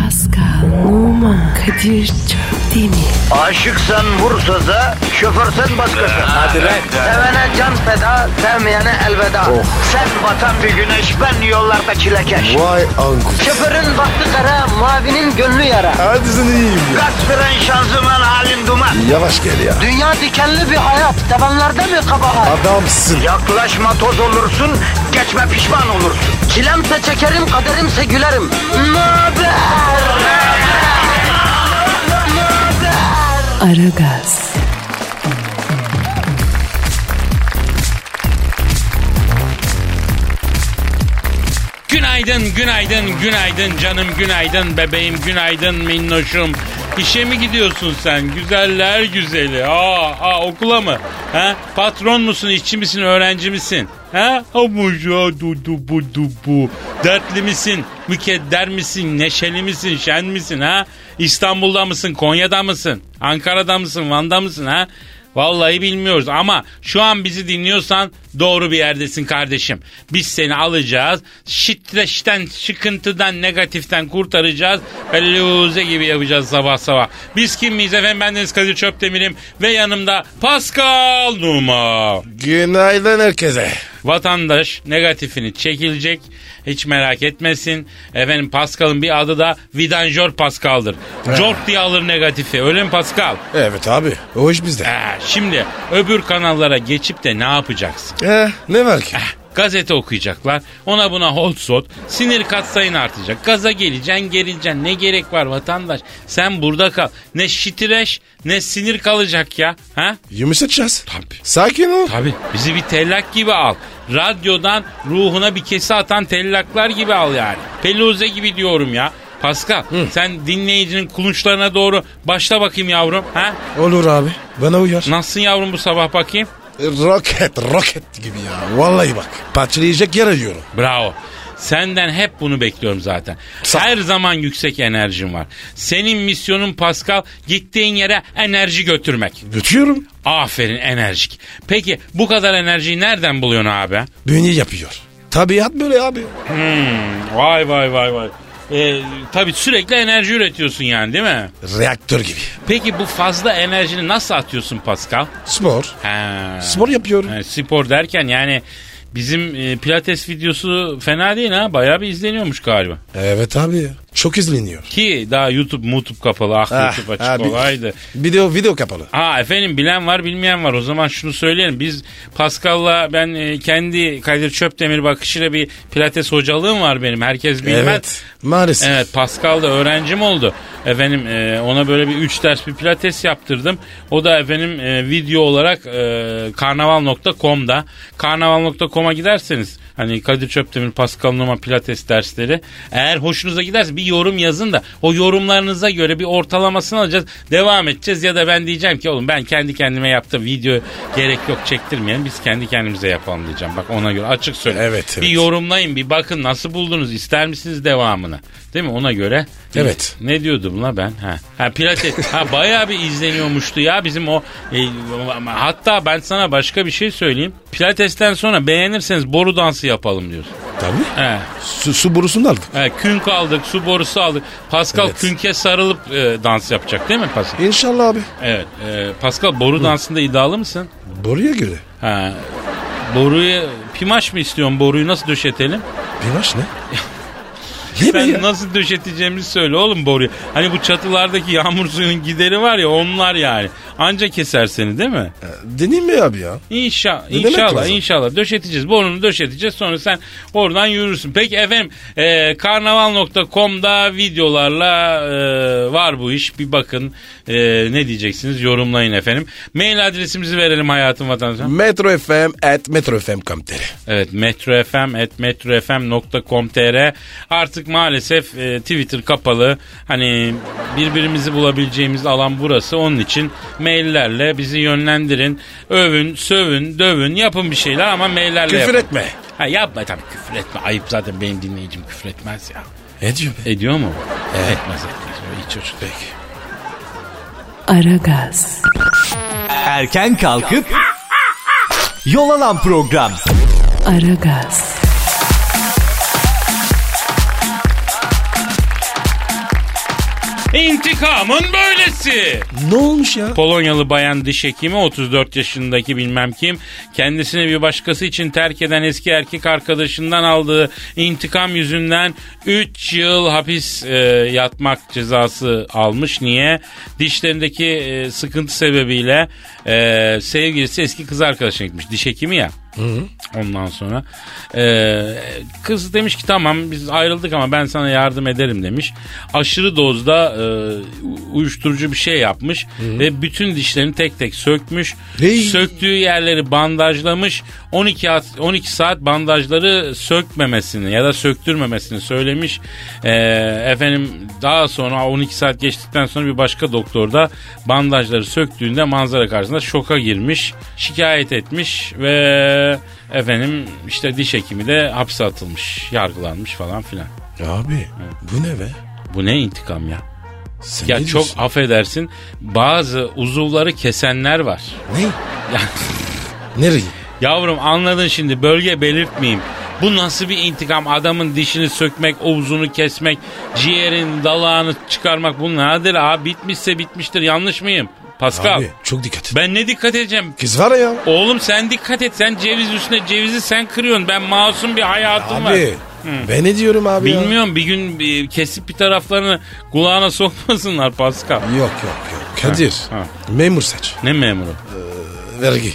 Pascal, Oman, Kadir çok değil mi? Aşıksan vursa da, şoförsen başkasın. Hadi lan. Sevene can feda, sevmeyene elveda. Sen batan bir güneş, ben yollarda çilekeş. Vay anku. Şoförün baktı kara, mavinin gönlü yara. Hadi sen iyiyim ya. Kasperen şanzıman halin duman. Yavaş gel ya. Dünya dikenli bir hayat, sevenlerde mi kabahar? Adamsın. Yaklaşma toz olursun, geçme pişman olursun. Çilemse çekerim, kaderimse gülerim. Möber! Aragaz. Günaydın canım, günaydın bebeğim, günaydın minnoşum. İşe mi gidiyorsun sen? Güzeller güzeli. Okula mı? Ha? Patron musun, işçi misin, öğrenci misin? Ha? Bu. Dertli misin? Mükedder misin? Neşeli misin? Şen misin? Ha? İstanbul'da mısın? Konya'da mısın? Ankara'da mısın? Van'da mısın? Ha? Vallahi bilmiyoruz ama şu an bizi dinliyorsan doğru bir yerdesin kardeşim. Biz seni alacağız. Stresten, sıkıntıdan, negatiften kurtaracağız. Luze gibi yapacağız sabah sabah. Biz kim miyiz efendim? Bendeniz Kadir Çöpdemir'im ve yanımda Pascal Numa. Günaydın herkese. Vatandaş negatifini çekilecek. Hiç merak etmesin. Efendim Pascal'ın bir adı da Vidanjör Pascal'dır. Jort diye alır negatifi. Öyle mi Pascal? Evet abi. O iş bizde. Şimdi öbür kanallara geçip de ne yapacaksın? Ne var ki? Gazete okuyacaklar. Ona buna hold sot. Sinir katsayın artacak. Gaza geleceksin, gerileceksin. Ne gerek var vatandaş? Sen burada kal. Ne şitireş ne sinir kalacak ya. Ha? Yumuşatacağız. Tabii. Sakin ol. Tabii. Bizi bir tellak gibi al. Radyodan ruhuna bir kese atan tellaklar gibi al yani. Peluze gibi diyorum ya. Pascal sen dinleyicinin kulunçlarına doğru başla bakayım yavrum. Ha? Olur abi. Bana uyar. Nasılsın yavrum bu sabah bakayım? Roket gibi ya. Vallahi bak. Patlayacak yer arıyorum. Bravo. Senden hep bunu bekliyorum zaten. Her zaman yüksek enerjin var. Senin misyonun Pascal gittiğin yere enerji götürmek. Götürüyorum. Aferin enerjik. Peki bu kadar enerjiyi nereden buluyorsun abi? Bünye yapıyor. Tabiat böyle abi. Vay. Tabii sürekli enerji üretiyorsun yani değil mi? Reaktör gibi. Peki bu fazla enerjini nasıl atıyorsun Pascal? Spor. Spor yapıyorum. Spor derken yani bizim pilates videosu fena değil ha. Bayağı bir izleniyormuş galiba. Evet abi ya. Çok izleniyor. Ki daha YouTube kapalı. YouTube açık olaydı. Video kapalı. Efendim bilen var bilmeyen var. O zaman şunu söyleyelim. Biz Pascal'la ben kendi Kadir Çöpdemir bakışıyla bir pilates hocalığım var benim. Herkes bilmez. Evet maalesef. Evet Pascal da öğrencim oldu. Efendim ona böyle bir 3 ders bir pilates yaptırdım. O da efendim video olarak karnaval.com'da. Karnaval.com'a giderseniz hani Kadir Çöpdemir, Pascal Numa pilates dersleri. Eğer hoşunuza giderse bir yorum yazın da o yorumlarınıza göre bir ortalamasını alacağız. Devam edeceğiz ya da ben diyeceğim ki oğlum ben kendi kendime yaptım. Video gerek yok çektirmeyelim. Biz kendi kendimize yapalım diyeceğim. Bak ona göre açık söyle. Evet. Bir yorumlayın bir bakın nasıl buldunuz. İster misiniz devamını? Değil mi? Ona göre. Evet. Ne diyordum la ben? Pilates. Bayağı bir izleniyormuştu ya bizim o. Hatta ben sana başka bir şey söyleyeyim. Pilatesten sonra beğenirseniz boru dansı yapalım diyorsun. Tabii. Su borusunu aldık. Künk aldık, su borusu aldık. Pascal künke sarılıp dans yapacak değil mi Pascal? İnşallah abi. Evet. Pascal boru dansında iddialı mısın? Boruya göre. Boruyu pimaş mı istiyorsun? Boruyu nasıl döşetelim? Pimaş ne? Sen nasıl döşeteceğimizi söyle oğlum boruyu. Hani bu çatılardaki yağmur suyunun gideri var ya onlar yani. Anca keser seni değil mi? Deneyim mi abi ya? İnşallah döşeteceğiz. Borunu döşeteceğiz sonra sen oradan yürürsün. Peki efendim karnaval.com'da videolarla var bu iş. Bir bakın ne diyeceksiniz yorumlayın efendim. Mail adresimizi verelim hayatım vatandaşım. metrofm@metrofm.com.tr. Evet metrofm@metrofm.com.tr. Artık maalesef Twitter kapalı. Hani birbirimizi bulabileceğimiz alan burası. Onun için maillerle bizi yönlendirin. Övün, sövün, dövün, yapın bir şeyler ama maillerle küfür yapın. etme. Yapma tabii küfür etme. Ayıp zaten benim dinleyicim küfür etmez ya. Ediyor be. Ediyor mu? Evet. Etmez. Hiç çocuk. Peki. Aragaz. Erken kalkıp yol alan program. Aragaz. İntikamın böylesi. Ne olmuş ya? Polonyalı bayan diş hekimi 34 yaşındaki bilmem kim kendisini bir başkası için terk eden eski erkek arkadaşından aldığı intikam yüzünden 3 yıl hapis yatmak cezası almış. Niye? Dişlerindeki sıkıntı sebebiyle sevgilisi eski kız arkadaşına gitmiş. Diş hekimi ya. Hı-hı. Ondan sonra kız demiş ki tamam biz ayrıldık ama ben sana yardım ederim demiş. Aşırı dozda uyuşturucu bir şey yapmış. Hı-hı. Ve bütün dişlerini tek tek sökmüş. Hey. Söktüğü yerleri bandajlamış. 12 saat bandajları sökmemesini ya da söktürmemesini söylemiş. Efendim daha sonra 12 saat geçtikten sonra bir başka doktor da bandajları söktüğünde manzara karşısında şoka girmiş. Şikayet etmiş ve efendim işte diş hekimi de hapse atılmış, yargılanmış falan filan. Abi evet. Bu ne be? Bu ne intikam ya? Sen ya çok affedersin bazı uzuvları kesenler var. Ne? Ya, nereye? Yavrum anladın şimdi bölge belirtmeyeyim. Bu nasıl bir intikam? Adamın dişini sökmek, omzunu kesmek, ciğerin dalağını çıkarmak bu nedir abi? Bitmişse bitmiştir, yanlış mıyım? Pascal. Abi çok dikkat et. Ben ne dikkat edeceğim? Kız var ya. Oğlum sen dikkat et. Sen ceviz üstüne cevizi sen kırıyorsun. Ben masum bir hayatım var. Abi ben ne diyorum abi bilmiyorum ya? Bir gün kesip bir taraflarını kulağına sokmasınlar Pascal. Yok. Kadir. Memur seç. Ne memuru? Vergi.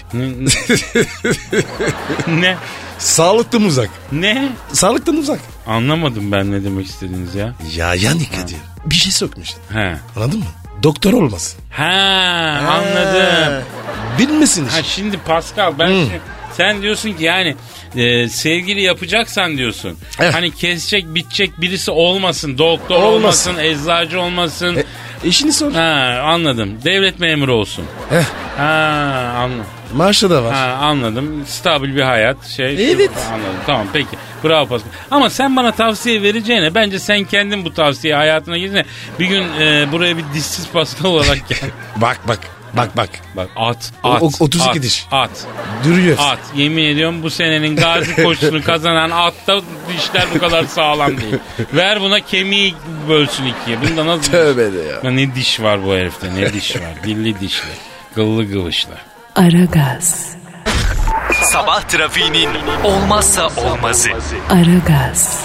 Ne? Sağlıktan uzak. Ne? Sağlıktan uzak. Anlamadım ben ne demek istediğiniz ya. Ya yani Kadir. Bir şey sökmüştün. He. Anladın mı? Doktor olmasın. Anladım. Bilmesin işte. Şimdi Pascal sen diyorsun ki yani sevgili yapacaksan diyorsun. Hani kesecek bitecek birisi olmasın. Doktor olmasın eczacı olmasın. İşini sor. Anladım. Devlet memuru olsun. Anladım. Maaşı da var. Anladım. Stabil bir hayat. Evet. Anladım. Tamam peki. Bravo Pascal. Ama sen bana tavsiye vereceğine bence sen kendin bu tavsiyeyi hayatına girsene. Bir gün buraya bir dişsiz Pascal olarak gel. Bak. Bak at. 32 diş. At. Duruyor. At. Yemin ediyorum bu senenin gazi koşusunu kazanan atta dişler bu kadar sağlam değil. Ver buna kemiği bölsün ikiye. Bunda nasıl? Tövbe de ya. Ne diş var bu herifte? Ne diş var? Dilli dişli. Kıllı kılıçlı. Aragaz. Sabah trafiğinin olmazsa olmazı. Aragaz.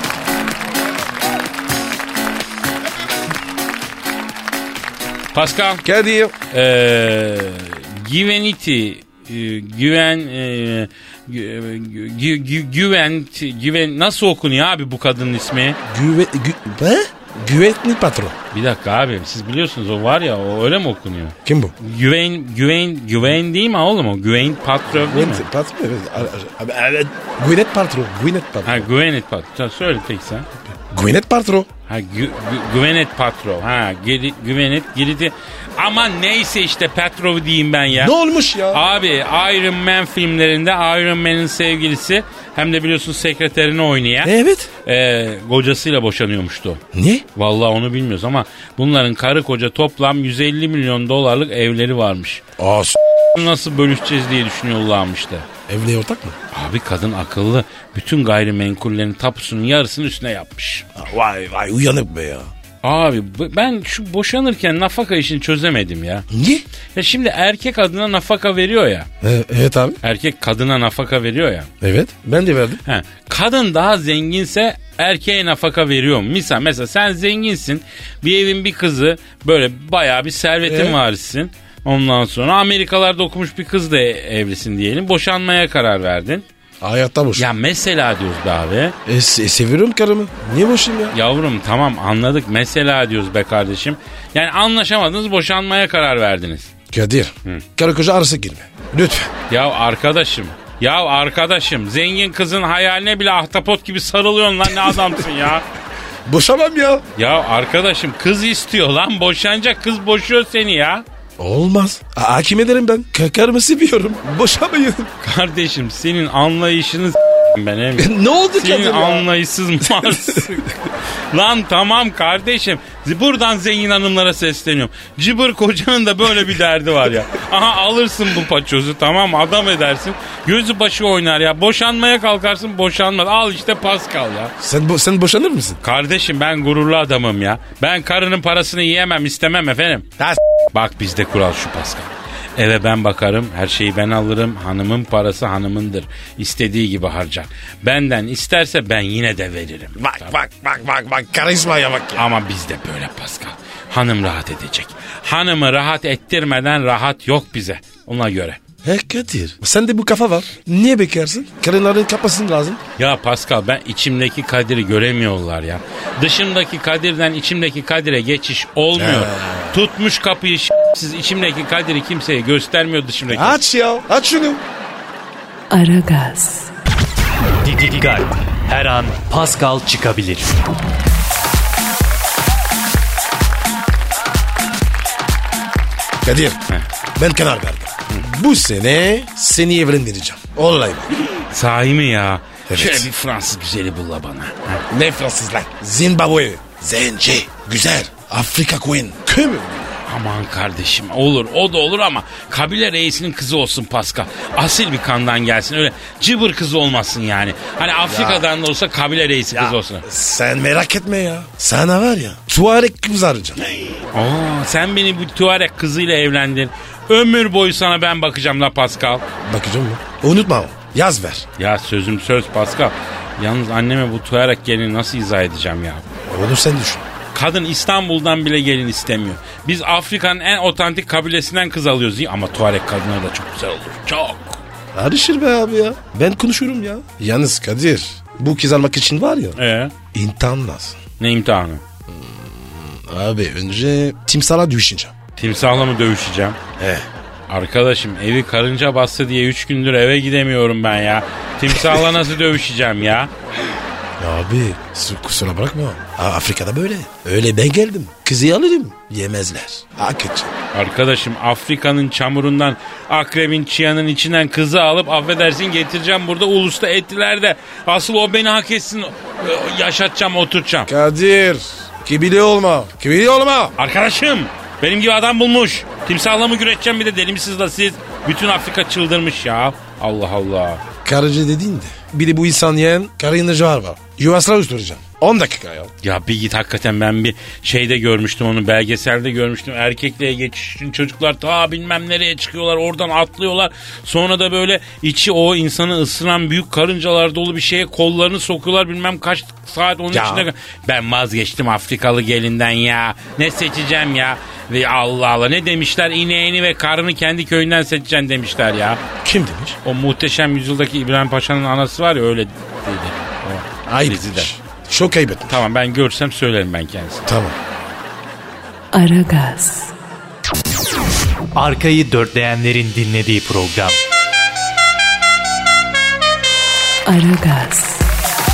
Pascal. Kadir. Güven nasıl okunuyor abi bu kadının ismi? Güvenli patron. Bir dakika abi siz biliyorsunuz o var ya o öyle mi okunuyor? Kim bu? Güven değil mi oğlum o? Güven patron değil mi? Patron evet. Güvenet patron. Güvenet patron. Söyle tek sen. Güvenet patron. Güvenet patron. Güvenet girdi. Ama neyse işte Petrov diyeyim ben ya. Ne olmuş ya? Abi Iron Man filmlerinde Iron Man'in sevgilisi hem de biliyorsun sekreterini oynayan. Evet. Kocasıyla boşanıyormuştu. Ne? Vallahi onu bilmiyoruz ama bunların karı koca toplam 150 milyon dolarlık evleri varmış. Nasıl bölüşeceğiz diye düşünüyorlarmıştı. Evli ortak mı? Abi kadın akıllı. Bütün gayrimenkullerin tapusunun yarısını üstüne yapmış. Vay uyanık be ya. Abi ben şu boşanırken nafaka işini çözemedim ya. Niye? Ya şimdi erkek adına nafaka veriyor ya. Evet abi. Erkek kadına nafaka veriyor ya. Evet ben de verdim. Kadın daha zenginse erkeğe nafaka veriyor mu? Mesela sen zenginsin. Bir evin bir kızı böyle bayağı bir servetin varisisin. Ondan sonra Amerikalarda okumuş bir kızla evlisin diyelim. Boşanmaya karar verdin. Hayatta boş. Ya mesela diyoruz be abi. Seviyorum karımı. Niye boşayım ya? Yavrum tamam anladık. Mesela diyoruz be kardeşim. Yani anlaşamadınız boşanmaya karar verdiniz. Kadir. Karı koca arası girme. Lütfen. Ya arkadaşım zengin kızın hayaline bile ahtapot gibi sarılıyorsun lan ne adamsın ya. Boşamam ya. Ya arkadaşım kız istiyor lan boşanacak kız boşuyor seni ya. Olmaz. Hakim ederim ben. Karımı seviyorum. Boşamayın. Kardeşim senin anlayışını benim. Ne oldu Senin Kadir ya? anlayışsız Mars. Lan tamam kardeşim. Buradan zengin hanımlara sesleniyorum. Cıbır kocanın da böyle bir derdi var ya. Aha alırsın bu paçozu, tamam mı? Adam edersin. Gözü başı oynar ya. Boşanmaya kalkarsın, boşanmaz. Al işte Pascal ya. Sen boşanır mısın? Kardeşim ben gururlu adamım ya. Ben karının parasını yiyemem, istemem efendim. Bak bizde kural şu Pascal. Eve ben bakarım, her şeyi ben alırım. Hanımın parası hanımındır. İstediği gibi harcar. Benden isterse ben yine de veririm. Bak karizmaya bak ya. Ama bizde böyle Pascal. Hanım rahat edecek. Hanımı rahat ettirmeden rahat yok bize. Ona göre. Kadir, sende bu kafa var. Niye bekarsın? Karınların kapasın lazım. Ya Pascal ben içimdeki Kadir'i göremiyorlar ya. Dışımdaki Kadir'den içimdeki Kadir'e geçiş olmuyor. Tutmuş kapıyı siz içimdeki Kadir'i kimseye göstermiyor dışımdaki. Aç ya, aç şunu. Aragaz, Dikkat. Her an Pascal çıkabilir. Kadir, ben karar verdim. Bu sene seni evlendireceğim. Vallahi bak. Sahi mi ya? Evet. Şöyle bir Fransız güzeli bulla bana. Ne Fransız lan? Zimbabwe. Zenci. Güzel. Afrika Queen. Kömür. Aman kardeşim olur, o da olur ama kabile reisinin kızı olsun Pascal. Asil bir kandan gelsin, öyle cıbır kızı olmasın yani. Hani Afrika'dan da olsa kabile reisi kızı olsun. Sen merak etme ya. Sana var ya Tuareg kız arayacağım. Sen beni bu Tuareg kızıyla evlendir. Ömür boyu sana ben bakacağım la Pascal. Bakacağım mı? Unutma o. Yaz ver. Ya sözüm söz Pascal. Yalnız anneme bu Tuareg gelini nasıl izah edeceğim ya? Onu sen düşün. Kadın İstanbul'dan bile gelin istemiyor. Biz Afrika'nın en otantik kabilesinden kız alıyoruz. Ama Tuareg kadınları da çok güzel olur. Çok. Karışır be abi ya. Ben konuşurum ya. Yalnız Kadir bu kız almak için var ya. İmtihan lazım. Ne imtihanı? Abi önce timsahla düşeceğim. Timsahla mı dövüşeceğim? Arkadaşım evi karınca bastı diye 3 gündür eve gidemiyorum ben ya. Timsahla nasıl dövüşeceğim ya? Ya abi kusura bırakma. Afrika'da böyle. Öyle ben geldim. Kızı alırım. Yemezler. Hak edeceğim. Arkadaşım Afrika'nın çamurundan, akrebin çıyanın içinden kızı alıp affedersin getireceğim burada ulusta ettilerde. Asıl o beni hak etsin. Yaşatacağım, oturtacağım. Kadir. Kibirli olma. Kibirli olma. Arkadaşım benim gibi adam bulmuş. Timsahla mı güreşeceğim bir de deli misiniz la siz? Bütün Afrika çıldırmış ya. Allah Allah. Karıcı dediğin de. Bir de bu insan yiyen karınca var. Yuvasına uçturacağım. 10 dakika ya. Ya bir git hakikaten ben bir şeyde görmüştüm onu, belgeselde görmüştüm. Erkekliğe geçiş için çocuklar ta bilmem nereye çıkıyorlar, oradan atlıyorlar. Sonra da böyle içi o insanı ısıran büyük karıncalar dolu bir şeye kollarını sokuyorlar, bilmem kaç saat onun içinde. Ben vazgeçtim Afrikalı gelinden ya. Ne seçeceğim ya? Ve Allah Allah ne demişler, ineğini ve karını kendi köyünden seçeceksin demişler ya. Kim demiş? O Muhteşem Yüzyıl'daki İbrahim Paşa'nın anası var ya, öyle dedi. Ayıp Dizide. Çok ayıp etmiş. Tamam ben görsem söylerim ben kendisine. Tamam. Aragaz, Arkayı dörtleyenlerin dinlediği program. Aragaz,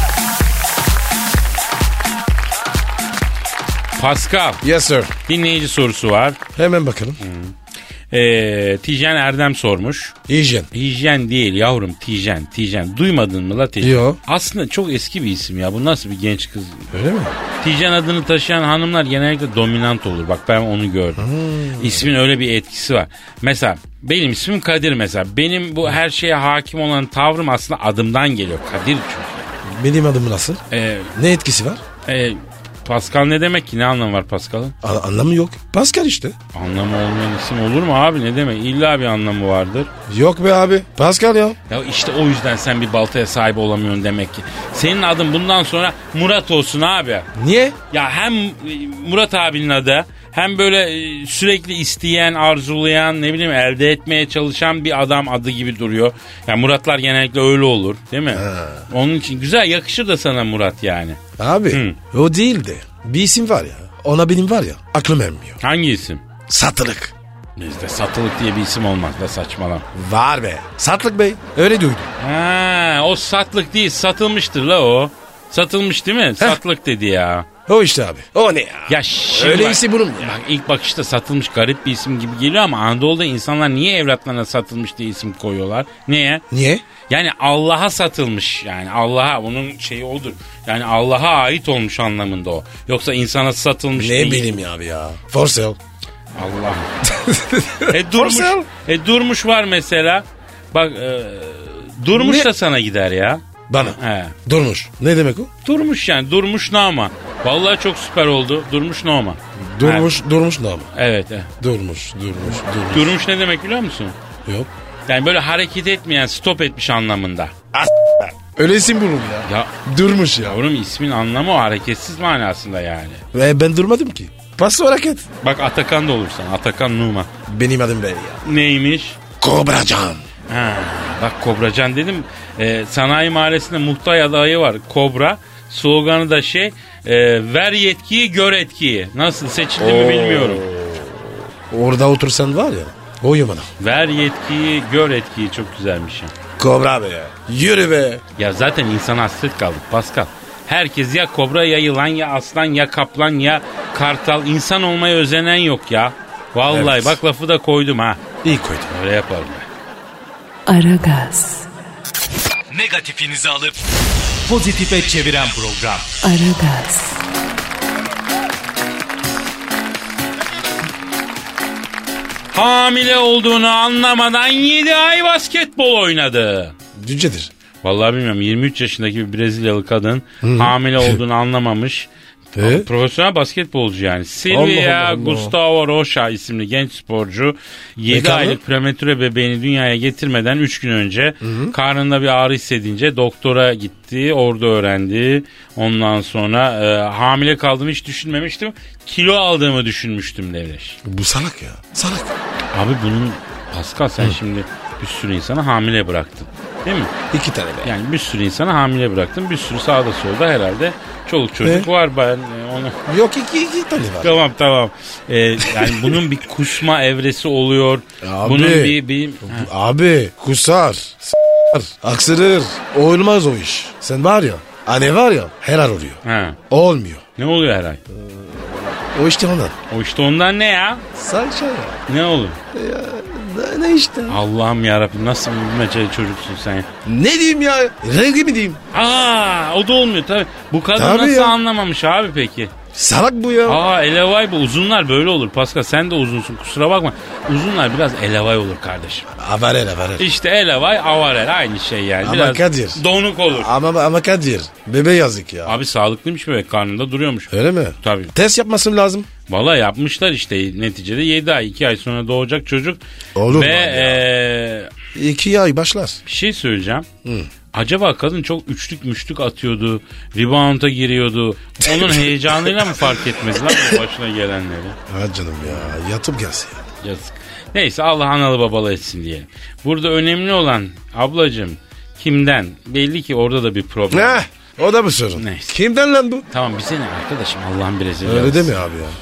Pascal, Yes sir. dinleyici sorusu var. Hemen bakalım. Tijen Erdem sormuş. Hijyen. Hijyen değil yavrum, Tijen. Duymadın mı la Tijen? Yo. Aslında çok eski bir isim ya. Bu nasıl bir genç kız? Öyle mi? Tijen adını taşıyan hanımlar genellikle dominant olur. Bak ben onu gördüm. İsmin öyle bir etkisi var. Mesela benim ismim Kadir mesela. Benim bu her şeye hakim olan tavrım aslında adımdan geliyor. Kadir çünkü. Benim adım nasıl? Ne etkisi var? Pascal ne demek ki? Ne anlamı var Pascal'ın? Anlamı yok. Pascal işte. Anlamı olmayan isim olur mu abi? Ne demek? İlla bir anlamı vardır. Yok be abi. Pascal ya. Ya işte o yüzden sen bir baltaya sahip olamıyorsun demek ki. Senin adın bundan sonra Murat olsun abi. Niye? Ya hem Murat abinin adı, hem böyle sürekli isteyen, arzulayan, ne bileyim elde etmeye çalışan bir adam adı gibi duruyor. Ya Muratlar genellikle öyle olur değil mi? Onun için güzel yakışır da sana Murat yani. Abi o değil de bir isim var ya. Ona benim var ya aklım ermiyor. Hangi isim? Satılık. Bizde satılık diye bir isim olmaz da saçmalama. Var be. Satlık bey. Öyle duydum. Ha, o satlık değil, satılmıştır la o. Satılmış değil mi? Satlık dedi ya. O işte abi. O ne ya? Ya şimdi Öyle bak- isim bulun ya. Bak ilk bakışta satılmış garip bir isim gibi geliyor ama Anadolu'da insanlar niye evlatlarına satılmış diye isim koyuyorlar? Niye? Niye? Yani Allah'a satılmış, yani Allah'a, onun şeyi odur. Yani Allah'a ait olmuş anlamında o. Yoksa insana satılmış Ne değil. bileyim ya abi ya. For sale. Allah. Durmuş. Forsal. Durmuş var mesela. Bak Durmuş Ne? da sana gider ya. Bana. He. Durmuş. Ne demek o? Durmuş yani. Durmuş Nama. Vallahi çok süper oldu. Durmuş Nama. Durmuş ne ama? Evet. Durmuş. Durmuş ne demek biliyor musun? Yok. Yani böyle hareket etmeyen, stop etmiş anlamında. Öyle isim bulun ya. Ya Durmuş ya. yavrum, ismin anlamı o, hareketsiz manasında yani. Ve ben durmadım ki. Paslı hareket. Bak Atakan da olursan. Atakan Numa. Benim adım belli ya. Neymiş? Kobracan. Ha, bak Kobracan dedim. Sanayi Mahallesi'nde muhtay adayı var. Kobra. Sloganı da ver yetkiyi gör etkiyi. Nasıl seçildi mi bilmiyorum. Orada otursan var ya. Oyun bana. Ver yetkiyi gör etkiyi, çok güzelmiş ya. Kobra be ya. Yürü be. Ya zaten insana hasret kaldık Pascal. Herkes ya kobra, ya yılan, ya aslan, ya kaplan, ya kartal. İnsan olmaya özenen yok ya. Vallahi Evet. bak lafı da koydum ha. İyi koydum. Öyle yapalım be. Aragaz, Negatifinizi alıp pozitife çeviren program. Aragaz, Hamile olduğunu anlamadan 7 ay basketbol oynadı. Cücedir. Vallahi bilmiyorum, 23 yaşındaki bir Brezilyalı kadın hamile olduğunu anlamamış. Profesyonel basketbolcu yani. Silvia Allah Allah. Gustavo Rocha isimli genç sporcu 7 Bekarlı? aylık prematüre bebeğini dünyaya getirmeden 3 gün önce karnında bir ağrı hissedince doktora gitti. Orada öğrendi. Ondan sonra hamile kaldığımı hiç düşünmemiştim. Kilo aldığımı düşünmüştüm Devleş. Bu salak ya. Salak. Abi bunun Pascal, sen şimdi bir sürü insanı hamile bıraktın. Değil mi? 2 tane be. Yani bir sürü insanı hamile bıraktın. Bir sürü sağda solda herhalde çoluk çocuk var. Ben onu... Yok iki tane var. Tamam. Yani bunun bir kusma evresi oluyor. Abi. Bunun bir... Abi kusar. S**ar. Aksırır. Olmaz o iş. Sen var ya. Anne var ya. Helal oluyor. Ha. Olmuyor. Ne oluyor her ay? O işte ondan. O işte ondan ne ya? Salça ya. Ne olur? Ne işte? Allah'ım yarabbim, nasıl bir bilmeceli çocuksun sen ya? Ne diyeyim ya? Rengi mi diyeyim? O da olmuyor tabii. Bu kadın Tabii nasıl ya. anlamamış abi peki? Salak bu ya. Elevay bu. Uzunlar böyle olur Pascal. Sen de uzunsun, kusura bakma. Uzunlar biraz elevay olur kardeşim. Avarel. İşte elevay, avarel aynı şey yani. Ama Biraz Kadir. donuk olur. Ama Kadir. Bebe yazık ya. Abi sağlıklıymış bebek, karnında duruyormuş. Öyle mi? Tabii. Test yapmasın lazım. Valla yapmışlar işte, neticede 7 ay, 2 ay sonra doğacak çocuk. Olur Ve mu 2 ay başlar. bir şey söyleyeceğim. Acaba kadın çok üçlük atıyordu, rebound'a giriyordu. Onun heyecanıyla mı fark etmediler bu başına gelenleri? Ha canım ya, yatıp gelsin ya. Yazık. Neyse, Allah analı babalı etsin diyelim. Burada önemli olan ablacığım kimden? Belli ki orada da bir problem. O da mı sorun? Neyse. Kimden lan bu? Tamam, bize ne arkadaşım, Allah'ın Brezilyalısı. Öyle deme abi ya.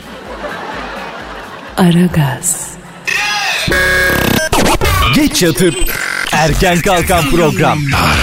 Aragaz, Geç yatıp erken kalkan program.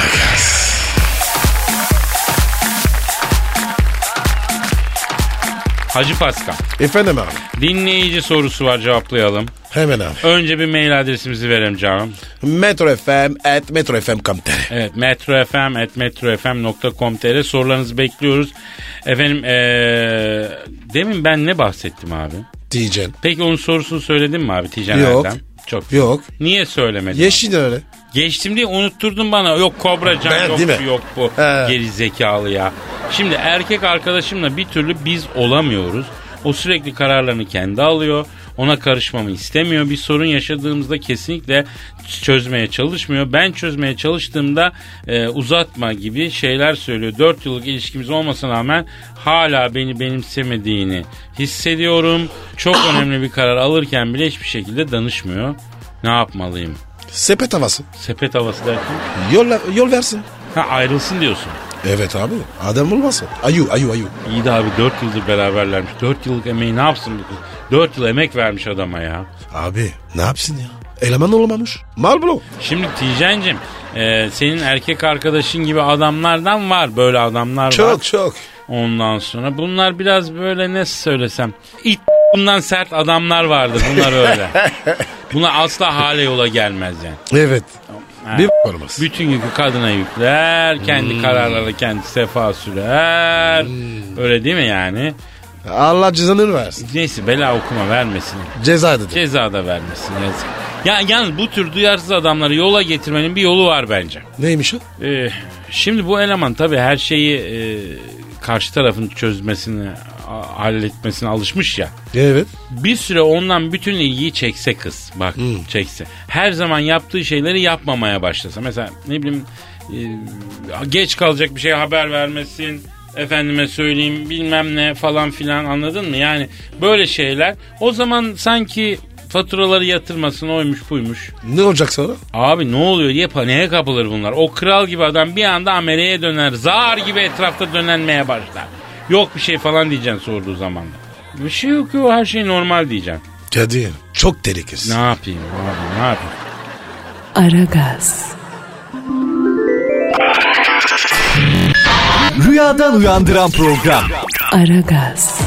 Hacı Pascal, Efendim abi. dinleyici sorusu var, cevaplayalım. Hemen abi. Önce bir mail adresimizi verelim canım. metrofm@metrofm.com.tr. Evet, metrofm@metrofm.com.tr, sorularınızı bekliyoruz. Efendim demin ben ne bahsettim abi? Diyeceksin. Peki onun sorusunu söyledin mi abi Tijen Yok. Erdem? Çok. Yok. Niye söylemedin? Yeşil öyle. Geçtim diye unutturdun bana. Yok Kobracan, Ben, yok değil mi? şu, yok bu. Geri zekalı ya. Şimdi erkek arkadaşımla bir türlü biz olamıyoruz. O sürekli kararlarını kendi alıyor. Ona karışmamı istemiyor. Bir sorun yaşadığımızda kesinlikle çözmeye çalışmıyor. Ben çözmeye çalıştığımda uzatma gibi şeyler söylüyor. 4 yıllık ilişkimiz olmasına rağmen hala beni benimsemediğini hissediyorum. Çok önemli bir karar alırken bile hiçbir şekilde danışmıyor. Ne yapmalıyım? Sepet havası. Sepet havası derken? Yol versin. Ayrılsın diyorsun. Evet abi. Adam olmasın. Ayu. İyi de abi 4 yıldır beraberlermiş. 4 yıllık emeği ne yapsın bu kız? 4 yıl emek vermiş adama ya. Abi ne yapsın ya? Eleman olmamış. Mal bro. Şimdi Tijen'cim senin erkek arkadaşın gibi adamlardan var. Böyle adamlar var. Çok. Ondan sonra bunlar biraz böyle ne söylesem bundan sert adamlar vardır. Bunlar öyle. Bunlar asla hale yola gelmez yani. Evet. Ha. Bir olmaz. Bütün yükü kadına yükler. Kendi kararları kendi sefa sürer. Öyle değil mi yani? Allah cezanı versin. Neyse bela okuma vermesin. Ceza dedi. Ceza da vermesin yazık. Ya yalnız bu tür duyarsız adamları yola getirmenin bir yolu var bence. Neymiş o? Şimdi bu eleman tabii her şeyi karşı tarafın çözmesini, halletmesine alışmış ya. Evet. Bir süre ondan bütün ilgiyi çekse kız. Bak çekse. Her zaman yaptığı şeyleri yapmamaya başlasa. Mesela ne bileyim geç kalacak bir şeye haber vermesin. Efendime söyleyeyim bilmem ne falan filan, anladın mı? Yani böyle şeyler. O zaman sanki faturaları yatırmasın, oymuş buymuş. Ne olacak sonra? Abi ne oluyor diye paniğe kapılır bunlar. O kral gibi adam bir anda ameleye döner. Zar gibi etrafta dönenmeye başlar. Yok bir şey falan diyeceksin sorduğu zaman da. Bir şey yok her şey normal diyeceksin. Kadir çok tehlikesiz. Ne yapayım abi, ne yapayım? Aragaz. Rüyadan uyandıran program. Aragaz.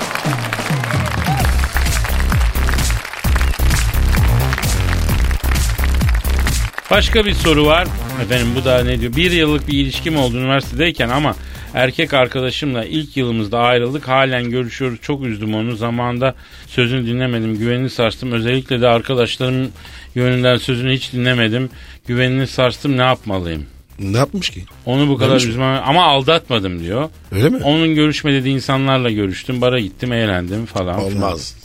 Başka bir soru var. Efendim bu da ne diyor? 1 yıllık bir ilişkim oldu üniversitedeyken ama erkek arkadaşımla ilk yılımızda ayrıldık. Halen görüşüyoruz. Çok üzdüm onu. Zamanında sözünü dinlemedim. Güvenini sarstım. Özellikle de arkadaşlarım yönünden sözünü hiç dinlemedim. Güvenini sarstım. Ne yapmalıyım? Ne yapmış ki? Onu bu kadar üzmem ama aldatmadım diyor. Öyle mi? Onun görüşme dediği insanlarla görüştüm. Bara gittim, eğlendim falan. Olmaz.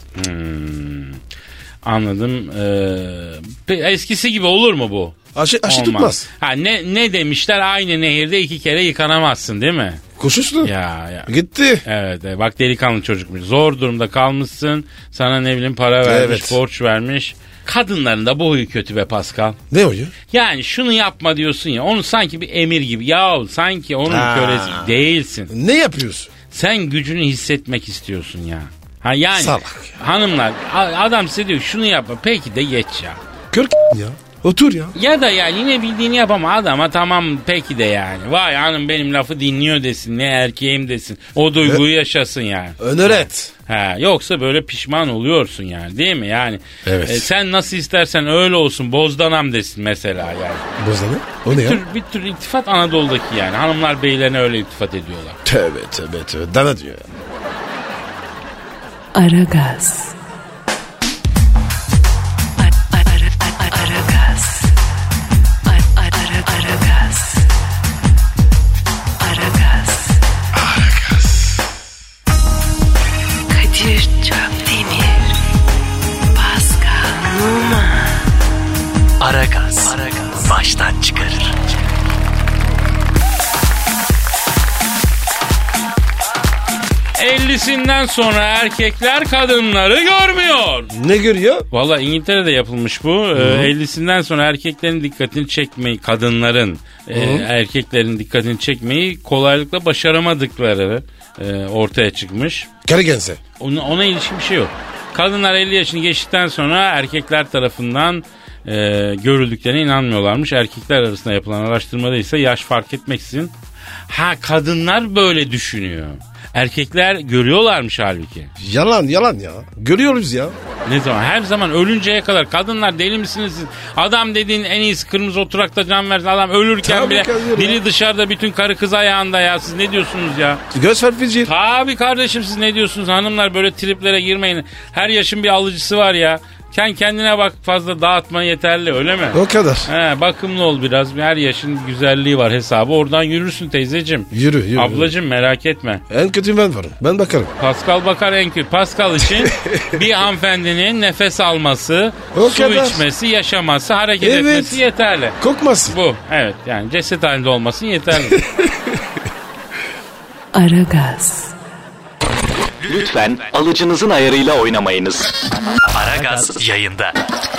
Anladım. Eskisi gibi olur mu bu? Aşı tutmaz. Ha, ne demişler? Aynı nehirde 2 kere yıkanamazsın değil mi? Koşuştu. Ya. Gitti. Evet, bak delikanlı çocukmuş. Zor durumda kalmışsın. Sana ne bileyim para vermiş, borç vermiş. Kadınların da bu huyu kötü be Pascal. Ne o ya? Yani şunu yapma diyorsun ya. Onu sanki bir emir gibi. Ya sanki onun kölesi değilsin. Ne yapıyorsun? Sen gücünü hissetmek istiyorsun ya. Ha yani salak ya. Hanımlar adam size diyor şunu yapma. Peki de geç ya. Kör ya. Otur ya. Ya da ya yine bildiğini yapama adama, tamam peki de yani. Vay hanım benim lafı dinliyor desin. Ne erkeğim desin. O duyguyu yaşasın yani. Öneret. Ha, yoksa böyle pişman oluyorsun yani, değil mi? Yani evet. Sen nasıl istersen öyle olsun, bozdanam desin mesela yani. Bozdanam? O ne ya? Bir tür iltifat Anadolu'daki yani. Hanımlar beylerine öyle iltifat ediyorlar. Tövbe. Dana diyor ya. Aragaz. Kadir Çöpdemir, Pascal Numa. Aragaz. Baştan çıkarır. ...50'sinden sonra erkekler kadınları görmüyor. Ne görüyor? Valla İngiltere'de yapılmış bu. 50'sinden sonra erkeklerin dikkatini çekmeyi, kadınların erkeklerin dikkatini çekmeyi kolaylıkla başaramadıkları ortaya çıkmış. Karagense. Ona ilişkin bir şey yok. Kadınlar 50 yaşını geçtikten sonra erkekler tarafından görüldüklerine inanmıyorlarmış. Erkekler arasında yapılan araştırmada ise yaş fark etmeksizin kadınlar böyle düşünüyor. Erkekler görüyorlarmış halbuki. Yalan ya. Görüyoruz ya. Ne zaman? Her zaman ölünceye kadar. Kadınlar deli misiniz siz? Adam dediğin en iyisi kırmızı oturakta can versin. Adam ölürken tabii bile dili ya. Dışarıda bütün karı kız ayağında ya. Siz ne diyorsunuz ya? Göz ferficir. Tabii kardeşim, siz ne diyorsunuz? Hanımlar böyle triplere girmeyin. Her yaşın bir alıcısı var ya. Kendine bak, fazla dağıtma yeterli, öyle mi? O kadar. Bakımlı ol biraz. Her yaşın güzelliği var hesabı. Oradan yürürsün teyzeciğim. Yürü. Ablacığım merak etme. En kötü ben varım. Ben bakarım. Pascal bakar en kötü. Pascal için bir hanımefendinin nefes alması, o su kadar. içmesi, yaşaması, hareket etmesi yeterli. Kokmasın. Bu. Evet, yani ceset halinde olmasın yeterli. Aragaz. Lütfen alıcınızın ayarıyla oynamayınız. Aragaz yayında.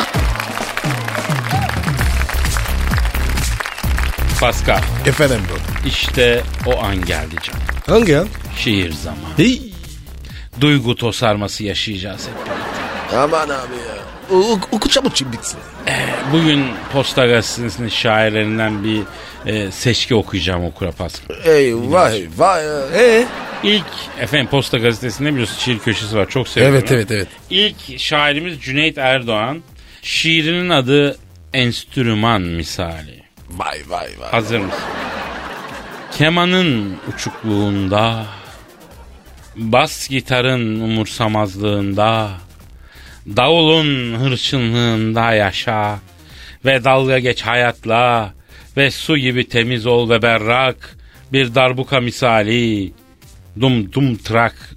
Pascal, Efendim bu. işte o an geldi canım. Hangi an? Şiir zamanı. Hey. Duygu tosarması yaşayacağız hep birlikte. Aman abi ya. Oku çabuk bitsin. Bugün Posta Gazetesi'nin şairlerinden bir seçki okuyacağım okura Pascal. Vay. İlk efendim Posta Gazetesi'nde biliyorsun şiir köşesi var. Çok seviyorum. Evet. İlk şairimiz Cüneyt Erdoğan. Şiirinin adı Enstrüman Misali. Vay. Hazır mısın? Kemanın uçukluğunda, bas gitarın umursamazlığında, davulun hırçınlığında yaşa ve dalga geç hayatla ve su gibi temiz ol ve berrak, bir darbuka misali, dum trak.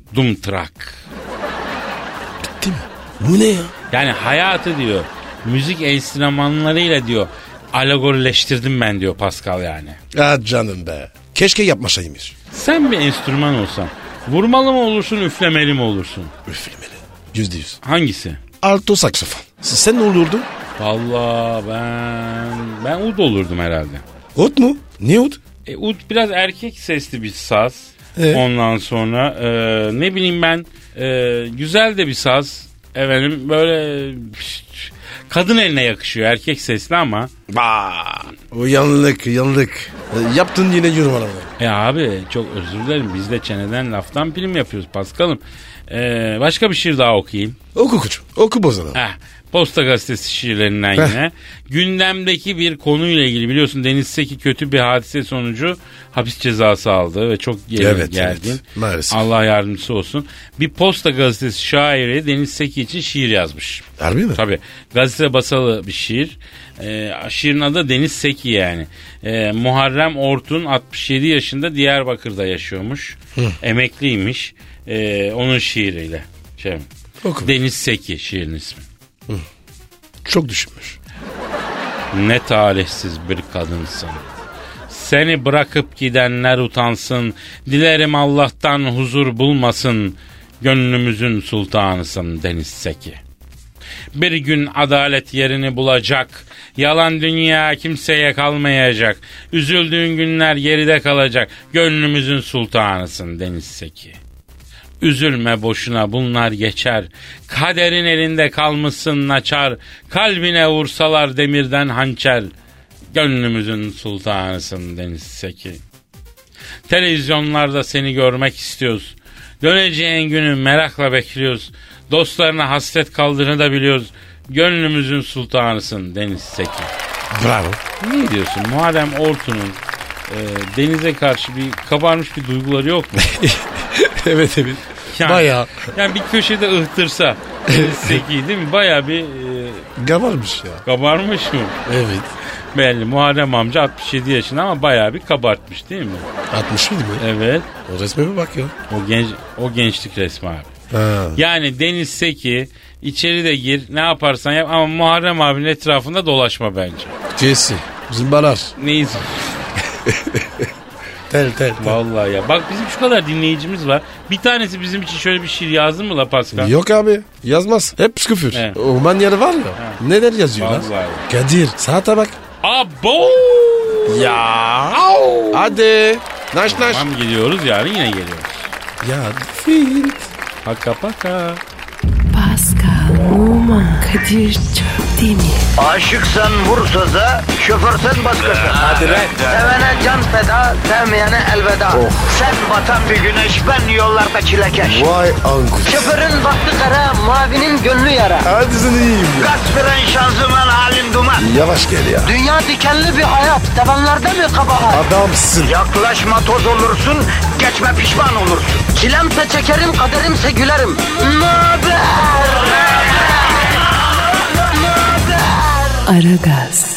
Bitti mi? Bu ne ya? Yani hayatı diyor müzik enstrümanlarıyla diyor alegorileştirdim ben diyor Pascal yani. Ah canım be. Keşke yapmasaymış. Sen bir enstrüman olsan vurmalı mı olursun üflemeli mi olursun? Üflemeli. %100. Hangisi? Alto saksafon. Sen ne olurdun? Vallahi ben ud olurdum herhalde. Ut mu? Ne ut? Ud biraz erkek sesli bir saz. Evet. Ondan sonra ne bileyim ben güzel de bir saz. Efendim böyle kadın eline yakışıyor erkek sesli ama. O yanlık. Yaptın yine yorumlarını. Abi çok özür dilerim biz de çeneden laftan prim yapıyoruz Paskal'ım. Başka bir şiir daha okuyayım. Oku koçum. Oku bozalım. Posta Gazetesi şiirlerinden yine. Gündemdeki bir konuyla ilgili biliyorsun Deniz Seki kötü bir hadise sonucu hapis cezası aldı ve çok gergin. Evet. Maalesef. Allah yardımcısı olsun. Bir Posta Gazetesi şairi Deniz Seki için şiir yazmış. Harbi mi? Tabii. Gazete basalı bir şiir. Şiirin adı Deniz Seki yani. Muharrem Ortun 67 yaşında Diyarbakır'da yaşıyormuş. Emekliymiş. Onun şiiriyle. Oku. Deniz Seki şiirin ismi. Çok düşünmüş. Ne talihsiz bir kadınsın. Seni bırakıp gidenler utansın. Dilerim Allah'tan huzur bulmasın. Gönlümüzün sultanısın Deniz Seki. Bir gün adalet yerini bulacak. Yalan dünya kimseye kalmayacak. Üzüldüğün günler geride kalacak. Gönlümüzün sultanısın Deniz Seki. Üzülme boşuna bunlar geçer. Kaderin elinde kalmışsın naçar. Kalbine vursalar demirden hançer. Gönlümüzün sultanısın Deniz Seki. Televizyonlarda seni görmek istiyoruz. Döneceğin günü merakla bekliyoruz. Dostlarına hasret kaldığını da biliyoruz. Gönlümüzün sultanısın Deniz Seki. Bravo. Ne diyorsun? Muharrem Ortun'un denize karşı bir kabarmış bir duyguları yok mu? Evet. Yani, Bayağı. Yani bir köşede ıhtırsa Deniz Seki değil mi? Bayağı bir Kabarmış ya. kabarmış mı? Evet. Belli. Muharrem amca 67 yaşında ama bayağı bir kabartmış değil mi? 60 mıydı mı? Evet. O resme bir bak ya. O gençlik resmi abi. Ha. Yani Deniz Seki içeri de gir ne yaparsan yap ama Muharrem abinin etrafında dolaşma bence. Cesi. Zımbalar. Neyiz? Tel. Vallahi ya. Bak bizim şu kadar dinleyicimiz var. Bir tanesi bizim için şöyle bir şiir yazdı mı la Pascal? Yok abi. Yazmaz. Hep küfür. Evet. O manyarı var ya. Neler yazıyor lan? Vallahi. Kadir. Saate bak. Abo! Ya. Hadi. Naş. Tamam gidiyoruz yarın yine geliyoruz. Ya. Fil. Paka. Pascal, Oman, Kadir çok değil mi? Aşıksan vursa da, şoförsen başkasın. Hadi lan. Sevene can feda, sevmeyene elveda. Sen batan bir güneş, ben yollarda çilekeş. Vay anku. Şoförün baktı kara, mavinin gönlü yara. Hadi sen iyiyim ya. Kasperen şanzıman halin duman. Yavaş gel ya. Dünya dikenli bir hayat, sevenlerde mi kabahar? Adamsın. Yaklaşma toz olursun, geçme pişman olursun. Çilemse çekerim, kaderimse gülerim. Möber! Aragaz.